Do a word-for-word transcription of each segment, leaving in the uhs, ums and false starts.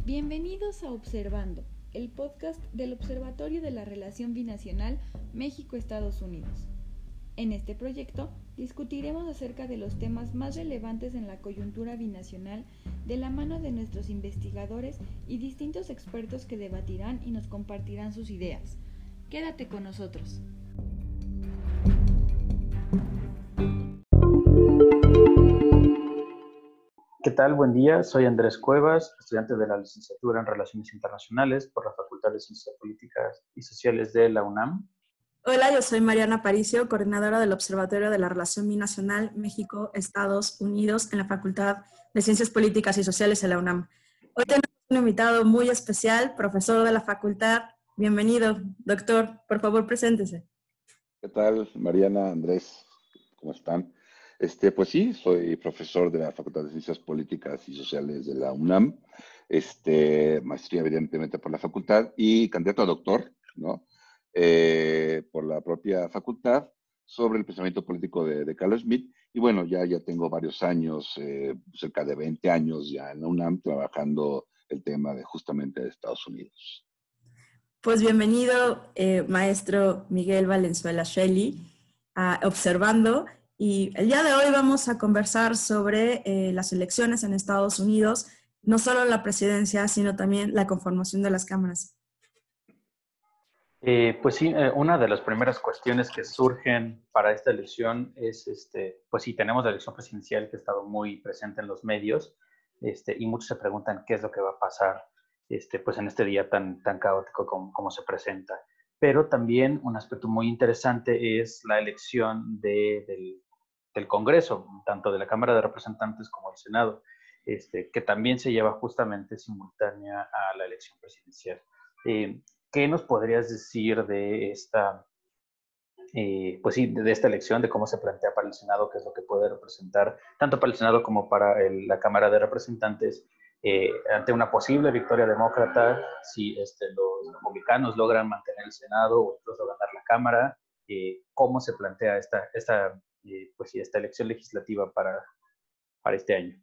Bienvenidos a Observando, el podcast del Observatorio de la Relación Binacional México-Estados Unidos. En este proyecto discutiremos acerca de los temas más relevantes en la coyuntura binacional de la mano de nuestros investigadores y distintos expertos que debatirán y nos compartirán sus ideas. Quédate con nosotros. ¿Qué tal? Buen día. Soy Andrés Cuevas, estudiante de la licenciatura en Relaciones Internacionales por la Facultad de Ciencias Políticas y Sociales de la UNAM. Hola, yo soy Mariana Aparicio, coordinadora del Observatorio de la Relación Binacional México-Estados Unidos en la Facultad de Ciencias Políticas y Sociales de la UNAM. Hoy tenemos un invitado muy especial, profesor de la facultad. Bienvenido, doctor. Por favor, preséntese. ¿Qué tal, Mariana, Andrés? ¿Cómo están? Este, pues sí, soy profesor de la Facultad de Ciencias Políticas y Sociales de la UNAM, este, maestría evidentemente por la facultad y candidato a doctor, ¿no? Eh, por la propia facultad sobre el pensamiento político de, de Carl Schmitt. Y bueno, ya, ya tengo varios años, eh, cerca de veinte años ya en la UNAM trabajando el tema de justamente de Estados Unidos. Pues bienvenido, eh, maestro Miguel Valenzuela Shelley, a Observando. Y el día de hoy vamos a conversar sobre eh, las elecciones en Estados Unidos, no solo la presidencia, sino también la conformación de las cámaras. Eh, pues sí, eh, una de las primeras cuestiones que surgen para esta elección es, este, pues sí, tenemos la elección presidencial que ha estado muy presente en los medios, este, y muchos se preguntan qué es lo que va a pasar este, pues en este día tan, tan caótico como, como se presenta. Pero también un aspecto muy interesante es la elección de, del, del Congreso, tanto de la Cámara de Representantes como del Senado, este, que también se lleva justamente simultánea a la elección presidencial. Eh, ¿Qué nos podrías decir de esta, eh, pues sí, de esta elección, de cómo se plantea para el Senado, qué es lo que puede representar, tanto para el Senado como para el, la Cámara de Representantes, eh, ante una posible victoria demócrata, si este, los republicanos logran mantener el Senado o incluso ganar la Cámara, eh, cómo se plantea esta, esta, eh, pues sí, esta elección legislativa para, para este año?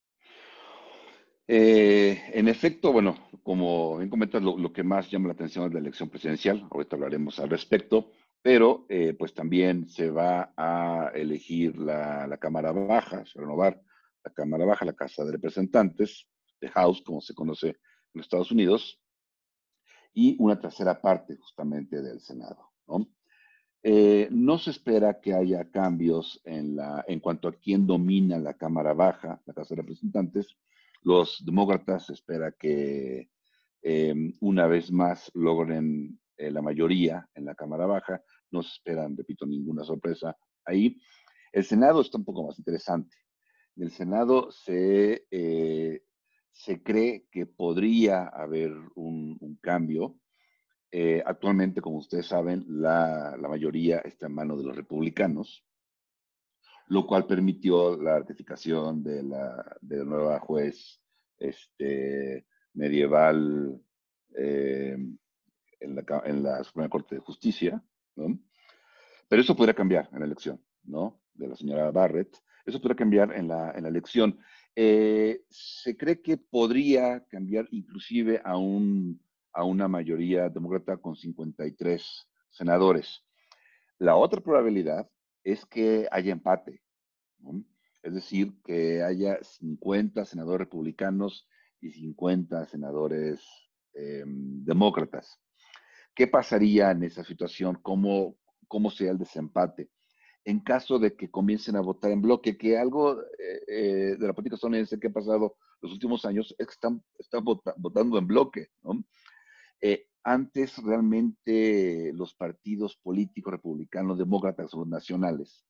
Eh, en efecto, bueno, como bien comentas, lo, lo que más llama la atención es la elección presidencial. Ahorita hablaremos al respecto, pero eh, pues también se va a elegir la, la Cámara Baja, se va a renovar la Cámara Baja, la Casa de Representantes, the House, como se conoce en los Estados Unidos, y una tercera parte justamente del Senado, ¿no? Eh, no se espera que haya cambios en, la, en cuanto a quién domina la Cámara Baja, la Casa de Representantes. Los demócratas se espera que eh, una vez más logren eh, la mayoría en la Cámara Baja. No se esperan, repito, ninguna sorpresa ahí. El Senado está un poco más interesante. En el Senado se, eh, se cree que podría haber un, un cambio. Eh, actualmente, como ustedes saben, la, la, mayoría está en manos de los republicanos, lo cual permitió la ratificación de la, de la nueva juez este, medieval eh, en, la, en la Suprema Corte de Justicia, ¿no? Pero eso podría cambiar en la elección, ¿no? De la señora Barrett. Eso podría cambiar en la, en la elección. Eh, se cree que podría cambiar inclusive a un a una mayoría demócrata con cincuenta y tres senadores. La otra probabilidad es que haya empate, ¿no? Es decir, que haya cincuenta senadores republicanos y cincuenta senadores eh, demócratas. ¿Qué pasaría en esa situación? ¿Cómo, cómo sería el desempate? En caso de que comiencen a votar en bloque, que algo eh, eh, de la política estadounidense que ha pasado los últimos años es que están, están vota, votando en bloque, ¿no? Eh, antes realmente los partidos políticos republicanos, demócratas o nacionales,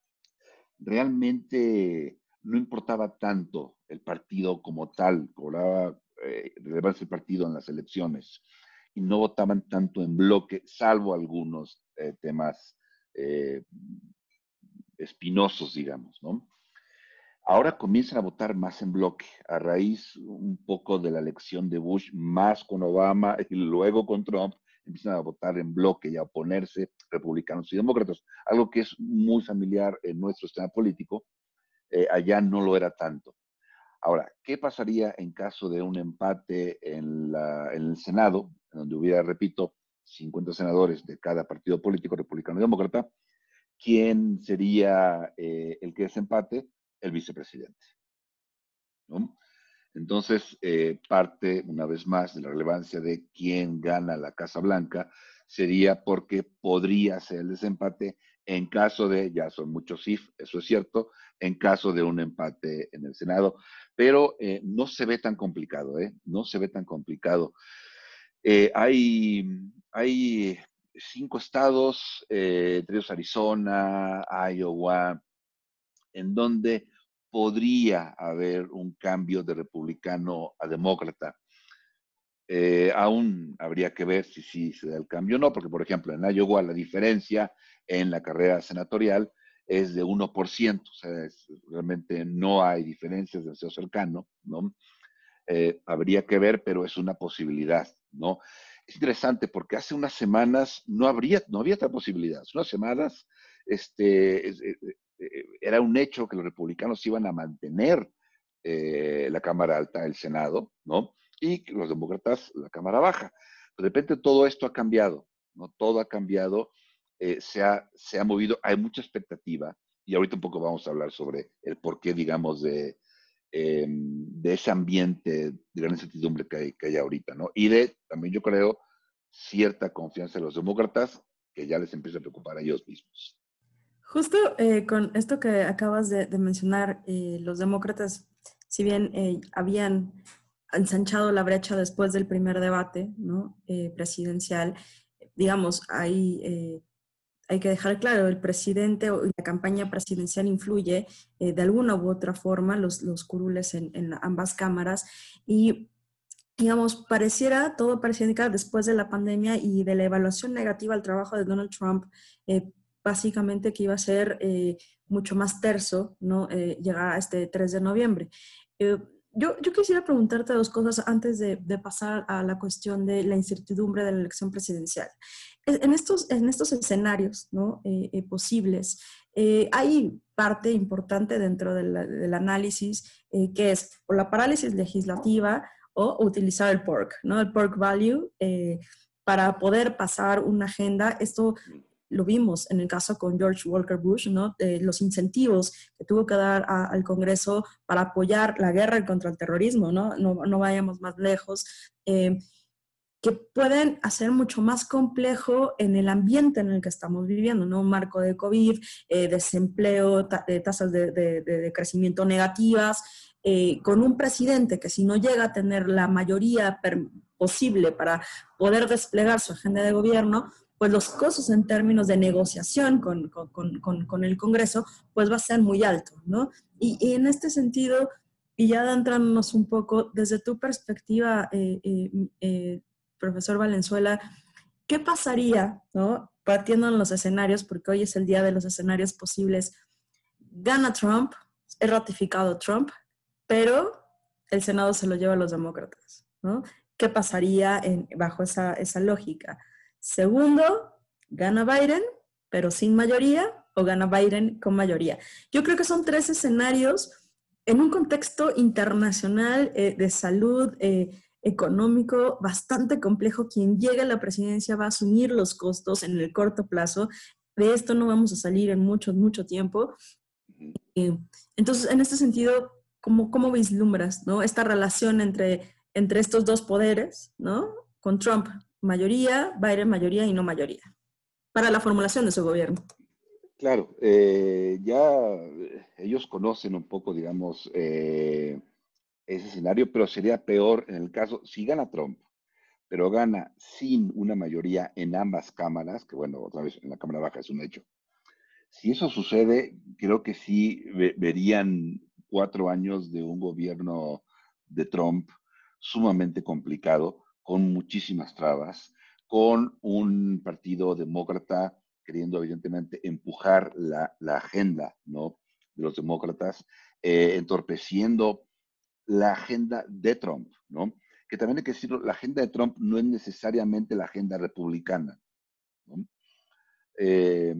realmente no importaba tanto el partido como tal, cobraba eh, relevancia el partido en las elecciones y no votaban tanto en bloque, salvo algunos eh, temas eh, espinosos, digamos, ¿no? Ahora comienzan a votar más en bloque, a raíz un poco de la elección de Bush, más con Obama y luego con Trump, empiezan a votar en bloque y a oponerse republicanos y demócratas, algo que es muy familiar en nuestro sistema político, eh, allá no lo era tanto. Ahora, ¿qué pasaría en caso de un empate en, la, en el Senado, donde hubiera, repito, cincuenta senadores de cada partido político, republicano y demócrata? ¿Quién sería eh, el que desempate? El vicepresidente, ¿no? Entonces, eh, parte una vez más de la relevancia de quién gana la Casa Blanca sería porque podría ser el desempate en caso de, ya son muchos if, eso es cierto, en caso de un empate en el Senado, pero eh, no se ve tan complicado, ¿eh? No se ve tan complicado. Eh, hay, hay cinco estados, eh, entre ellos Arizona, Iowa, en donde podría haber un cambio de republicano a demócrata. Eh, aún habría que ver si sí se da el cambio o no, porque por ejemplo en Iowa la diferencia en la carrera senatorial es de uno por ciento, o sea, es, realmente no hay diferencias demasiado cercano, ¿no? Eh, habría que ver, pero es una posibilidad, ¿no? Es interesante porque hace unas semanas no habría, no había esta posibilidad. Hace unas semanas este, eh, eh, era un hecho que los republicanos iban a mantener eh, la Cámara Alta, el Senado, ¿no? Y los demócratas la Cámara Baja. De repente todo esto ha cambiado, ¿no? Todo ha cambiado, eh, se, ha, se ha movido, hay mucha expectativa y ahorita un poco vamos a hablar sobre el porqué, digamos, de, eh, de ese ambiente de gran incertidumbre que hay, que hay ahorita, ¿no? Y de, también yo creo, cierta confianza en los demócratas que ya les empieza a preocupar a ellos mismos. Justo eh, con esto que acabas de, de mencionar, eh, los demócratas, si bien eh, habían ensanchado la brecha después del primer debate, ¿no? eh, presidencial, digamos, hay, eh, hay que dejar claro, el presidente o la campaña presidencial influye eh, de alguna u otra forma los, los curules en, en ambas cámaras y digamos, pareciera, todo parecía indicar después de la pandemia y de la evaluación negativa al trabajo de Donald Trump, eh, básicamente que iba a ser eh, mucho más terso, ¿no? Eh, llegar a este tres de noviembre. Eh, yo, yo quisiera preguntarte dos cosas antes de, de pasar a la cuestión de la incertidumbre de la elección presidencial. En estos, en estos escenarios, ¿no? eh, eh, posibles, eh, hay parte importante dentro de la, del análisis eh, que es o la parálisis legislativa o utilizar el pork, ¿no? El pork value eh, para poder pasar una agenda. Esto lo vimos en el caso con George Walker Bush, ¿no? Eh, los incentivos que tuvo que dar a, al Congreso para apoyar la guerra contra el terrorismo, ¿no? No, no vayamos más lejos. Eh, que pueden hacer mucho más complejo en el ambiente en el que estamos viviendo, ¿no? Un marco de COVID, eh, desempleo, ta de tasas de, de, de crecimiento negativas, eh, con un presidente que si no llega a tener la mayoría posible para poder desplegar su agenda de gobierno, pues los costos en términos de negociación con, con, con, con el Congreso, pues va a ser muy alto, ¿no? Y, y en este sentido, y ya adentrándonos un poco, desde tu perspectiva, eh, eh, eh, profesor Valenzuela, ¿qué pasaría, ¿no? Partiendo en los escenarios, porque hoy es el día de los escenarios posibles, gana Trump, es ratificado Trump, pero el Senado se lo lleva a los demócratas, ¿no? ¿Qué pasaría en, bajo esa, esa lógica? Segundo, gana Biden, pero sin mayoría, o gana Biden con mayoría. Yo creo que son tres escenarios en un contexto internacional eh, de salud eh, económico bastante complejo. Quien llegue a la presidencia va a asumir los costos en el corto plazo. De esto no vamos a salir en mucho, mucho tiempo. Eh, entonces, en este sentido, ¿cómo, cómo vislumbras, ¿no? esta relación entre, entre estos dos poderes, ¿no? Con Trump mayoría, Biden mayoría y no mayoría, para la formulación de su gobierno? Claro, eh, ya ellos conocen un poco, digamos, eh, ese escenario, pero sería peor en el caso, si gana Trump, pero gana sin una mayoría en ambas cámaras, que bueno, otra vez en la Cámara Baja es un hecho. Si eso sucede, creo que sí ve verían cuatro años de un gobierno de Trump sumamente complicado, con muchísimas trabas, con un partido demócrata queriendo evidentemente empujar la, la agenda, ¿no? de los demócratas, eh, entorpeciendo la agenda de Trump, ¿no? Que también hay que decirlo, la agenda de Trump no es necesariamente la agenda republicana, ¿no? Eh,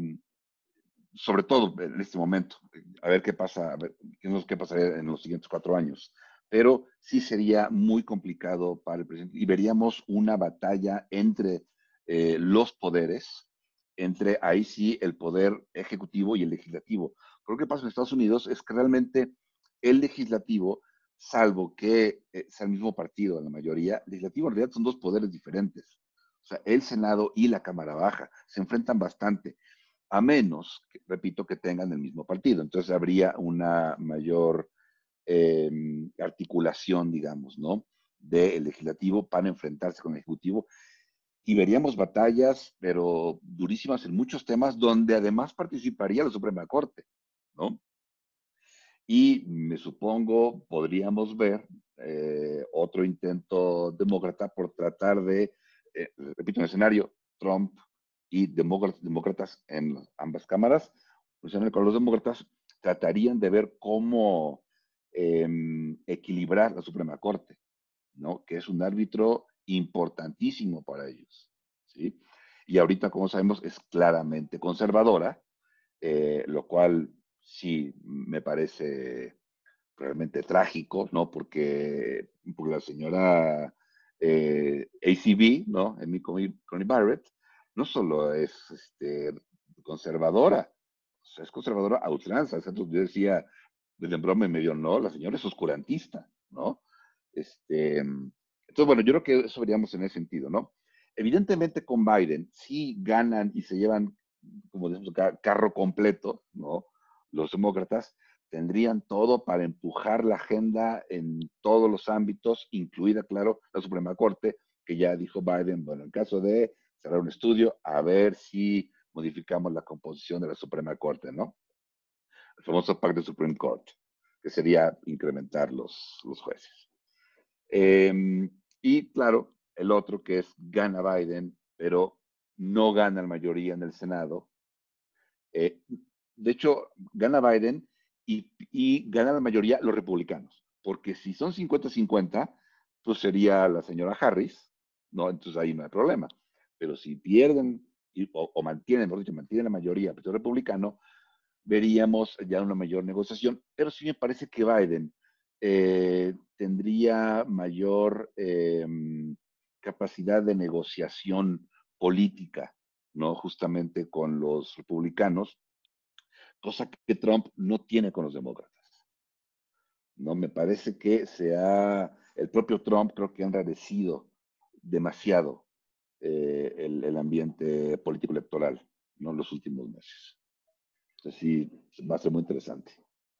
sobre todo en este momento, a ver qué pasa, a ver qué, qué pasaría en los siguientes cuatro años. pero sí sería muy complicado para el presidente y veríamos una batalla entre eh, los poderes, entre ahí sí el poder ejecutivo y el legislativo. Pero lo que pasa en Estados Unidos es que realmente el legislativo, salvo que eh, sea el mismo partido en la mayoría, el legislativo en realidad son dos poderes diferentes. O sea, el Senado y la Cámara Baja se enfrentan bastante, a menos, que, repito, que tengan el mismo partido. Entonces habría una mayor eh, articulación, digamos, ¿no? Del legislativo para enfrentarse con el ejecutivo. Y veríamos batallas, pero durísimas en muchos temas, donde además participaría la Suprema Corte, ¿no? Y me supongo podríamos ver eh, otro intento demócrata por tratar de, eh, repito, en el escenario, Trump y demócratas, demócratas en ambas cámaras, precisamente con los demócratas, tratarían de ver cómo eh, equilibrar la Suprema Corte, ¿no? Que es un árbitro importantísimo para ellos, ¿sí? Y ahorita, como sabemos, es claramente conservadora, eh, lo cual sí me parece realmente trágico, ¿no? Porque, porque la señora eh, A C B, ¿no? Amy Coney Barrett, no solo es este, conservadora, o sea, es conservadora a ultranza. O sea, yo decía, desde broma y medio, no, la señora es oscurantista, ¿no? Este, entonces, bueno, yo creo que eso veríamos en ese sentido, ¿no? Evidentemente con Biden sí ganan y se llevan, como decimos acá, carro completo, ¿no? Los demócratas tendrían todo para empujar la agenda en todos los ámbitos, incluida, claro, la Suprema Corte, que ya dijo Biden, bueno, en caso de cerrar un estudio, a ver si modificamos la composición de la Suprema Corte, ¿no? El famoso Pacto de Supreme Court, que sería incrementar los, los jueces. Eh, y claro, el otro que es gana Biden, pero no gana la mayoría en el Senado. Eh, de hecho, gana Biden y, y gana la mayoría los republicanos, porque si son cincuenta cincuenta, pues sería la señora Harris, ¿no? Entonces ahí no hay problema. Pero si pierden y, o, o, mantienen, mejor dicho, mantienen la mayoría, el republicano, veríamos ya una mayor negociación, pero sí me parece que Biden eh, tendría mayor eh, capacidad de negociación política, ¿no? Justamente con los republicanos, cosa que Trump no tiene con los demócratas. No, me parece que se ha, el propio Trump creo que ha enrarecido demasiado eh, el, el, ambiente político electoral, ¿no? En los últimos meses. Entonces sí, va a ser muy interesante.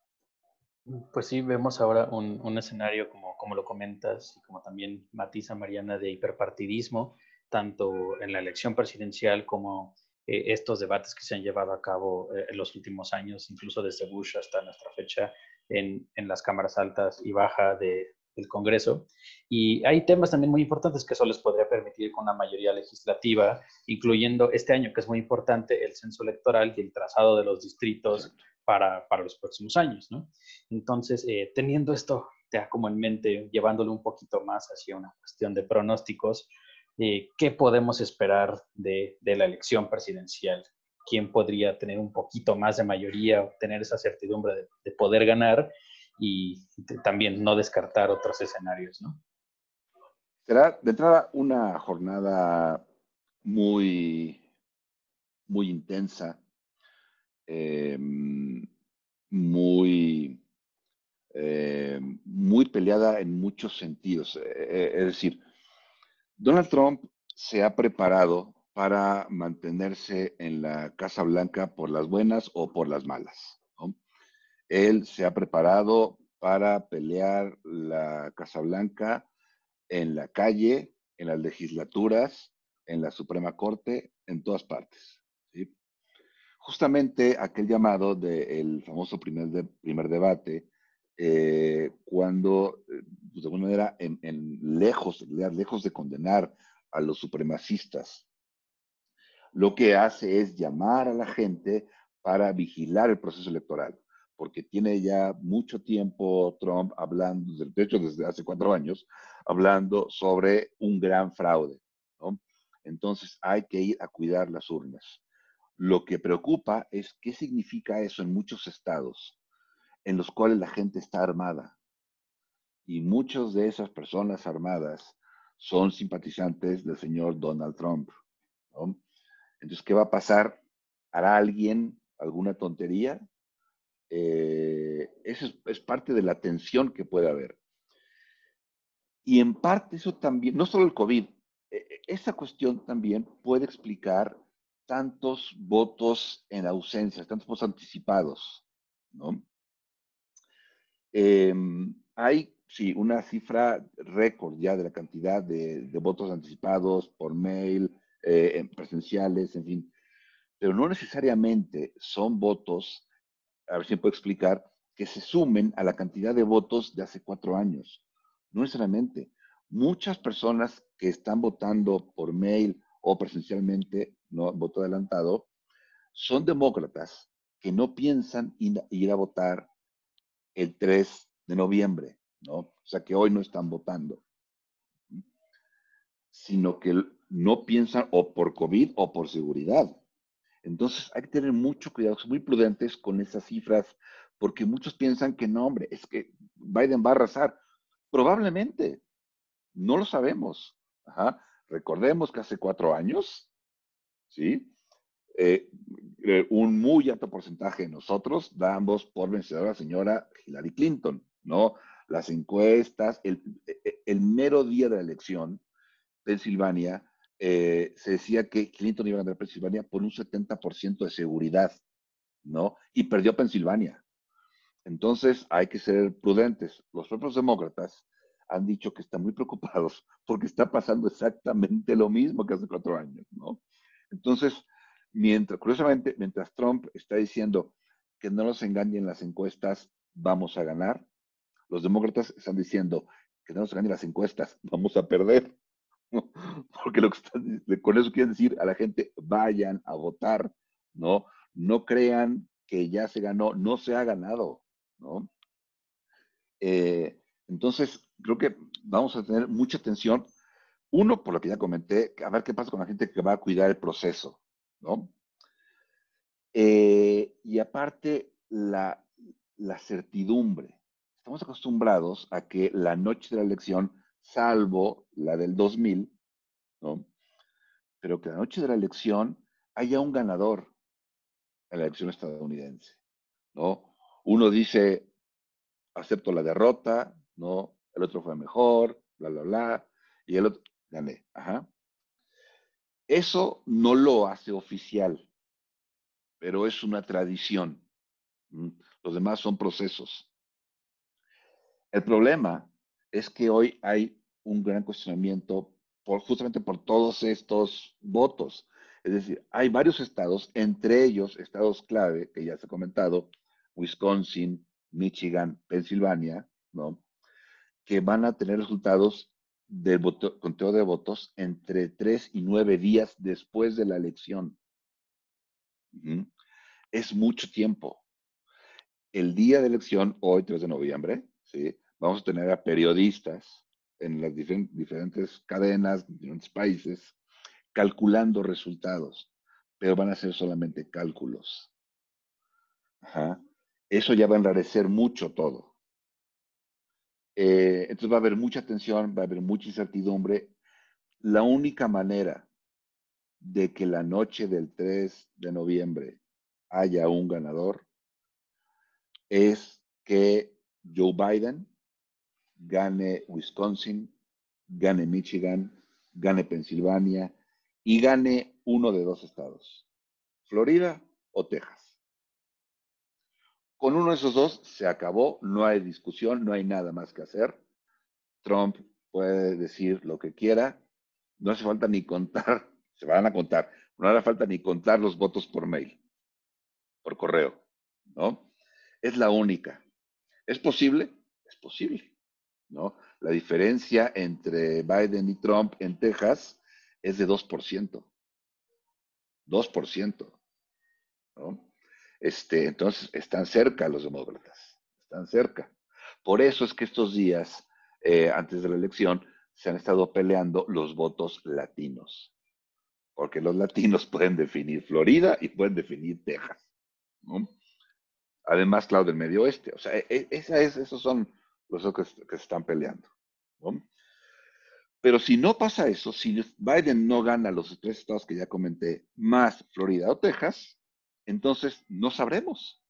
Pues sí, vemos ahora un, un escenario, como, como lo comentas, y como también matiza Mariana, de hiperpartidismo, tanto en la elección presidencial como eh, estos debates que se han llevado a cabo eh, en los últimos años, incluso desde Bush hasta nuestra fecha, en, en las cámaras altas y baja de, del Congreso. Y hay temas también muy importantes que eso les podría permitir con una mayoría legislativa, incluyendo este año, que es muy importante, el censo electoral y el trazado de los distritos para, para los próximos años, ¿no? Entonces, eh, teniendo esto ya como en mente, llevándolo un poquito más hacia una cuestión de pronósticos, eh, ¿qué podemos esperar de, de la elección presidencial? ¿Quién podría tener un poquito más de mayoría o tener esa certidumbre de, de poder ganar y de, también no descartar otros escenarios, ¿no? Será de entrada una jornada muy, muy intensa, eh, muy, eh, muy peleada en muchos sentidos. Eh, es decir, Donald Trump se ha preparado para mantenerse en la Casa Blanca por las buenas o por las malas, ¿no? Él se ha preparado para pelear la Casa Blanca en la calle, en las legislaturas, en la Suprema Corte, en todas partes, ¿sí? Justamente aquel llamado del famoso primer, de, primer debate, eh, cuando, pues de alguna manera, en, en lejos, lejos de condenar a los supremacistas, lo que hace es llamar a la gente para vigilar el proceso electoral, porque tiene ya mucho tiempo Trump hablando, de hecho desde hace cuatro años, hablando sobre un gran fraude, ¿no? Entonces hay que ir a cuidar las urnas. Lo que preocupa es qué significa eso en muchos estados en los cuales la gente está armada y muchas de esas personas armadas son simpatizantes del señor Donald Trump, ¿no? Entonces, ¿qué va a pasar? ¿Hará alguien alguna tontería? Eh, eso es, es parte de la tensión que puede haber. Y en parte eso también, no solo el COVID, eh, esa cuestión también puede explicar tantos votos en ausencia, tantos votos anticipados, ¿no? Eh, hay, sí, una cifra récord ya de la cantidad de, de votos anticipados por mail, eh, presenciales, en fin, pero no necesariamente son votos, a ver si me puedo explicar, que se sumen a la cantidad de votos de hace cuatro años. No necesariamente. Muchas personas que están votando por mail o presencialmente, no voto adelantado, son demócratas que no piensan ir, ir a votar el tres de noviembre, ¿no? O sea, que hoy no están votando, sino que no piensan o por COVID o por seguridad. Entonces hay que tener mucho cuidado, ser muy prudentes con esas cifras, porque muchos piensan que no, hombre, es que Biden va a arrasar. Probablemente, no lo sabemos. Ajá. Recordemos que hace cuatro años, ¿sí? Eh, eh, un muy alto porcentaje de nosotros damos por vencedora a la señora Hillary Clinton, ¿no? Las encuestas, el, el mero día de la elección, Pensilvania, eh, se decía que Clinton iba a ganar Pensilvania por un setenta por ciento de seguridad, ¿no? Y perdió Pensilvania. Entonces hay que ser prudentes. Los propios demócratas han dicho que están muy preocupados porque está pasando exactamente lo mismo que hace cuatro años, ¿no? Entonces, mientras, curiosamente, mientras Trump está diciendo que no nos engañen las encuestas, vamos a ganar, los demócratas están diciendo que no nos engañen las encuestas, vamos a perder. Porque lo que están, con eso quieren decir a la gente, vayan a votar, ¿no? No crean que ya se ganó, no se ha ganado, ¿no? Eh, entonces, creo que vamos a tener mucha atención. Uno, por lo que ya comenté, a ver qué pasa con la gente que va a cuidar el proceso, ¿no? Eh, y aparte, la, la certidumbre. Estamos acostumbrados a que la noche de la elección, salvo la del dos mil, ¿no? Pero que la noche de la elección haya un ganador en la elección estadounidense, ¿no? Uno dice, acepto la derrota, ¿no? El otro fue mejor, bla, bla, bla, y el otro, gané, ajá. Eso no lo hace oficial, pero es una tradición. Los demás son procesos. El problema es que hoy hay un gran cuestionamiento por, justamente por todos estos votos. Es decir, hay varios estados, entre ellos estados clave, que ya se ha comentado, Wisconsin, Michigan, Pensilvania, ¿no? Que van a tener resultados del voto, conteo de votos entre tres y nueve días después de la elección. Uh-huh. Es mucho tiempo. El día de elección, hoy, tres de noviembre, ¿sí? Vamos a tener a periodistas en las difer- diferentes cadenas, diferentes países, calculando resultados, pero van a ser solamente cálculos. Ajá. Eso ya va a enrarecer mucho todo. Eh, entonces va a haber mucha tensión, va a haber mucha incertidumbre. La única manera de que la noche del tres de noviembre haya un ganador es que Joe Biden gane Wisconsin, gane Michigan, gane Pensilvania y gane uno de dos estados, Florida o Texas. Con uno de esos dos se acabó, no hay discusión, no hay nada más que hacer. Trump puede decir lo que quiera, no hace falta ni contar, se van a contar, no hará falta ni contar los votos por mail, por correo, ¿no? Es la única. ¿Es posible? Es posible, ¿no? La diferencia entre Biden y Trump en Texas es de dos por ciento. dos por ciento, ¿no? Este, entonces, están cerca los demócratas, están cerca. Por eso es que estos días, eh, antes de la elección, se han estado peleando los votos latinos, porque los latinos pueden definir Florida y pueden definir Texas, ¿no? Además, claro, del medio oeste. O sea, esa es, esos son los que, que se están peleando, ¿no? Pero si no pasa eso, si Biden no gana los tres estados que ya comenté, más Florida o Texas, entonces no sabremos.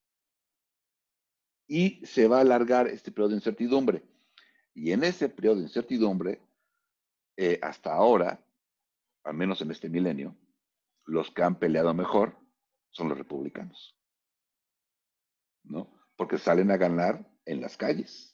Y se va a alargar este periodo de incertidumbre. Y en ese periodo de incertidumbre, eh, hasta ahora, al menos en este milenio, los que han peleado mejor son los republicanos, ¿no? Porque salen a ganar en las calles.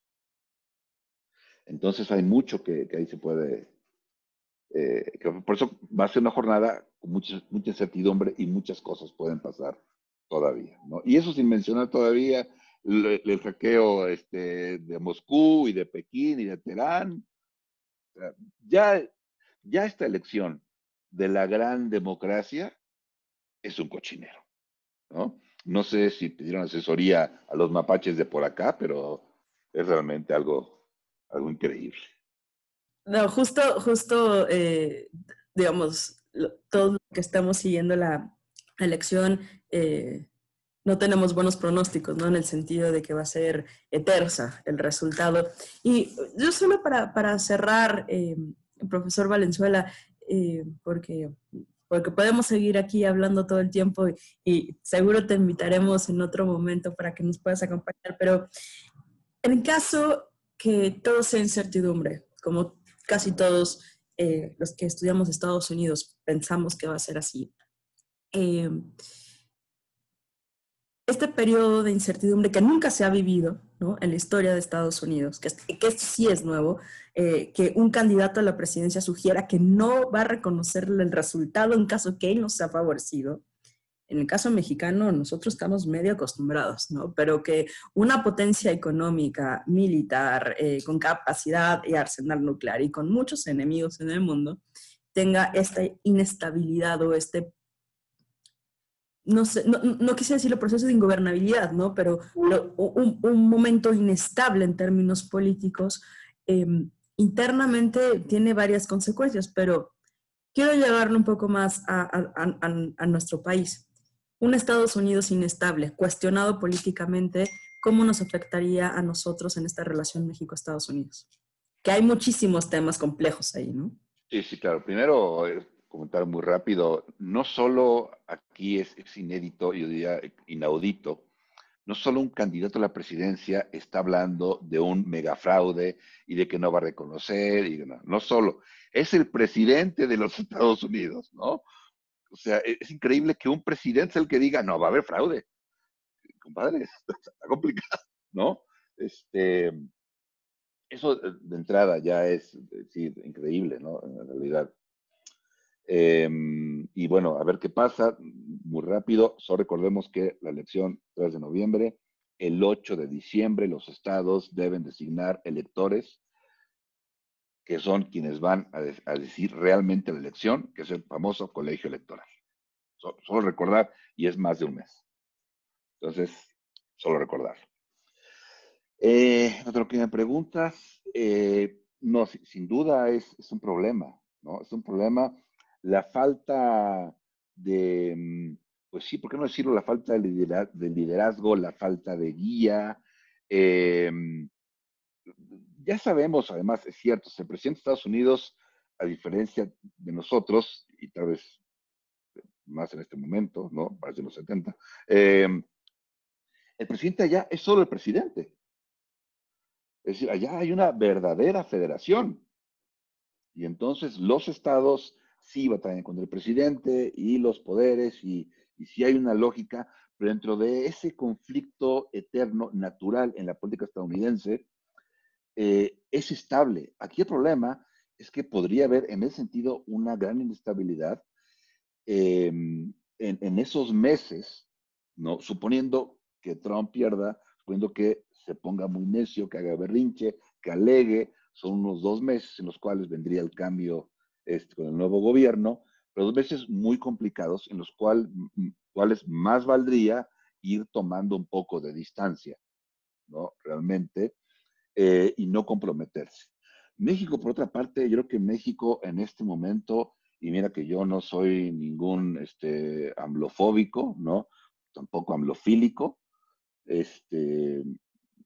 Entonces hay mucho que, que ahí se puede... Eh, que por eso va a ser una jornada con mucha, mucha incertidumbre y muchas cosas pueden pasar todavía, ¿no? Y eso sin mencionar todavía el, el hackeo este, de Moscú y de Pekín y de Teherán. O sea, ya, ya esta elección de la gran democracia es un cochinero, ¿no? No sé si te dieron asesoría a los mapaches de por acá, pero es realmente algo, algo increíble. No, justo, justo, eh, digamos, lo, todos los que estamos siguiendo la elección, eh, no tenemos buenos pronósticos, ¿no? En el sentido de que va a ser tersa el resultado. Y yo solo para, para cerrar, eh, profesor Valenzuela, eh, porque, porque podemos seguir aquí hablando todo el tiempo y, y seguro te invitaremos en otro momento para que nos puedas acompañar, pero en caso que todo sea incertidumbre, como casi todos eh, los que estudiamos Estados Unidos pensamos que va a ser así, eh, este periodo de incertidumbre que nunca se ha vivido, ¿no?, en la historia de Estados Unidos, que, que esto sí es nuevo, eh, que un candidato a la presidencia sugiera que no va a reconocerle el resultado en caso que él no sea favorecido. En el caso mexicano, nosotros estamos medio acostumbrados, ¿no? Pero que una potencia económica, militar, eh, con capacidad y arsenal nuclear y con muchos enemigos en el mundo, tenga esta inestabilidad o este, no sé, no, no quisiera decirlo proceso de ingobernabilidad, ¿no? Pero, pero un, un momento inestable en términos políticos, eh, internamente tiene varias consecuencias, pero quiero llevarlo un poco más a, a, a, a nuestro país. Un Estados Unidos inestable, cuestionado políticamente, ¿cómo nos afectaría a nosotros en esta relación México-Estados Unidos? Que hay muchísimos temas complejos ahí, ¿no? Sí, sí, claro. Primero, eh, comentar muy rápido, no solo aquí es, es inédito, yo diría inaudito, no solo un candidato a la presidencia está hablando de un megafraude y de que no va a reconocer, y no, no solo, es el presidente de los Estados Unidos, ¿no? O sea, es increíble que un presidente sea el que diga, no, va a haber fraude. Compadre, está complicado, ¿no? Este, eso de entrada ya es, sí, increíble, ¿no? En realidad. Eh, y bueno, a ver qué pasa, muy rápido. Solo recordemos que la elección tres de noviembre, el ocho de diciembre, los estados deben designar electores que son quienes van a, de a decir realmente la elección, que es el famoso colegio electoral. So solo recordar, y es más de un mes. Entonces, solo recordar. Eh, otro que me preguntas, eh, no, sin duda es, es un problema, ¿no? Es un problema la falta de, pues sí, ¿por qué no decirlo? La falta de liderazgo, de liderazgo la falta de guía. Eh, ya sabemos, además, es cierto, el presidente de Estados Unidos, a diferencia de nosotros, y tal vez más en este momento, ¿no? Parece los setenta, eh, el presidente allá es solo el presidente. Es decir, allá hay una verdadera federación. Y entonces los estados sí batallan con el presidente y los poderes, y, y sí hay una lógica, pero dentro de ese conflicto eterno, natural en la política estadounidense, eh, es estable. Aquí el problema es que podría haber en ese sentido una gran inestabilidad eh, en, en esos meses, ¿no? Suponiendo que Trump pierda, suponiendo que se ponga muy necio, que haga berrinche, que alegue, son unos dos meses en los cuales vendría el cambio este, con el nuevo gobierno, pero dos meses muy complicados en los cual, cuales más valdría ir tomando un poco de distancia, ¿no? Realmente, eh, y no comprometerse. México, por otra parte, yo creo que México en este momento, y mira que yo no soy ningún este, amlofóbico, ¿no? Tampoco amlofílico, este,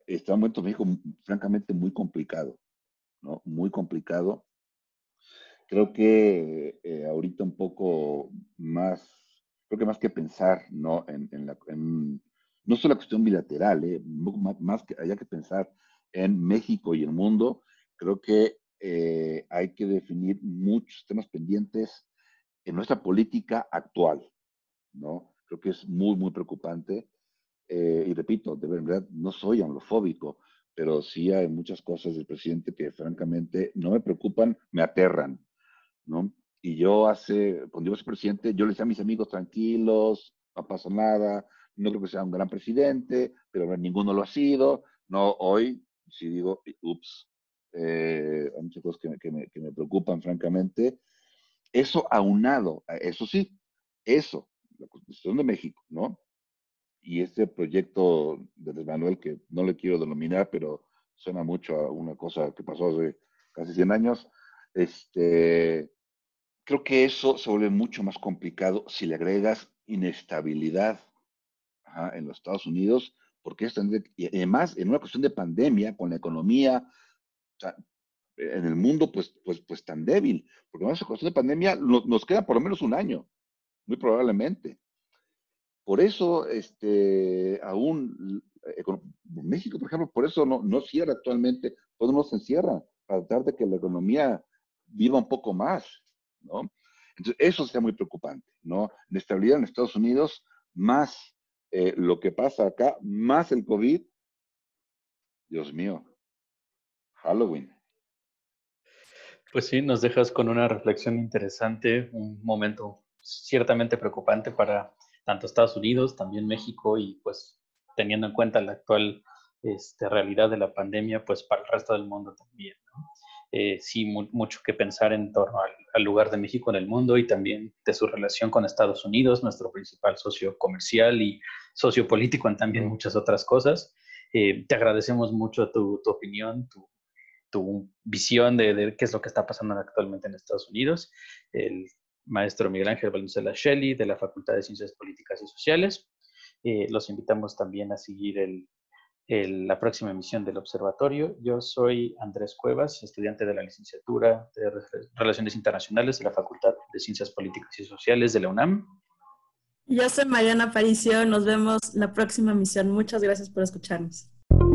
está un momento en México francamente muy complicado, ¿no? Muy complicado. Creo que eh, ahorita un poco más, creo que más que pensar, ¿no? En, en la, en, no solo la cuestión bilateral, ¿eh? más, más que haya que pensar en México y el mundo, creo que eh, hay que definir muchos temas pendientes en nuestra política actual, ¿no? Creo que es muy, muy preocupante. Eh, y repito, de verdad, no soy anglofóbico, pero sí hay muchas cosas del presidente que francamente no me preocupan, me aterran, ¿no? Y yo hace, cuando yo era presidente, yo le decía a mis amigos, tranquilos, no pasa nada, no creo que sea un gran presidente, pero ninguno lo ha sido. No, hoy, si digo, ups, eh, hay muchas cosas que me, que, me, que me preocupan, francamente. Eso aunado, eso sí, eso, la Constitución de México, ¿no? Y este proyecto de Andrés Manuel, que no le quiero denominar, pero suena mucho a una cosa que pasó hace casi cien años, este, creo que eso se vuelve mucho más complicado si le agregas inestabilidad, ajá, en los Estados Unidos, porque es, y además en una cuestión de pandemia, con la economía, o sea, en el mundo pues, pues, pues tan débil, porque en esa cuestión de pandemia nos, nos queda por lo menos un año, muy probablemente. Por eso, este, aún eh, México, por ejemplo, por eso no, no cierra actualmente, pues no se encierra, para tratar de que la economía viva un poco más, ¿no? Entonces, eso sería muy preocupante, ¿no? La estabilidad en Estados Unidos, más eh, lo que pasa acá, más el COVID, Dios mío, Halloween. Pues sí, nos dejas con una reflexión interesante, un momento ciertamente preocupante para tanto Estados Unidos, también México y pues teniendo en cuenta la actual este, realidad de la pandemia, pues para el resto del mundo también, ¿no? Eh, sí, mu mucho que pensar en torno al, al lugar de México en el mundo y también de su relación con Estados Unidos, nuestro principal socio comercial y socio político en también Oh. muchas otras cosas. Eh, te agradecemos mucho tu, tu opinión, tu, tu visión de, de qué es lo que está pasando actualmente en Estados Unidos. El maestro Miguel Ángel Valenzuela Shelley, de la Facultad de Ciencias Políticas y Sociales. Eh, los invitamos también a seguir el, el, la próxima emisión del Observatorio. Yo soy Andrés Cuevas, estudiante de la licenciatura de Relaciones Internacionales de la Facultad de Ciencias Políticas y Sociales de la UNAM. Yo soy Mariana Aparicio, nos vemos la próxima emisión. Muchas gracias por escucharnos.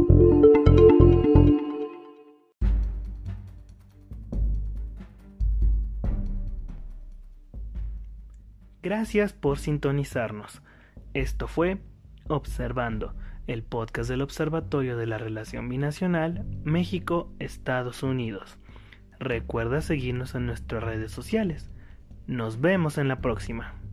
Gracias por sintonizarnos. Esto fue Observando, el podcast del Observatorio de la Relación Binacional México-Estados Unidos. Recuerda seguirnos en nuestras redes sociales. Nos vemos en la próxima.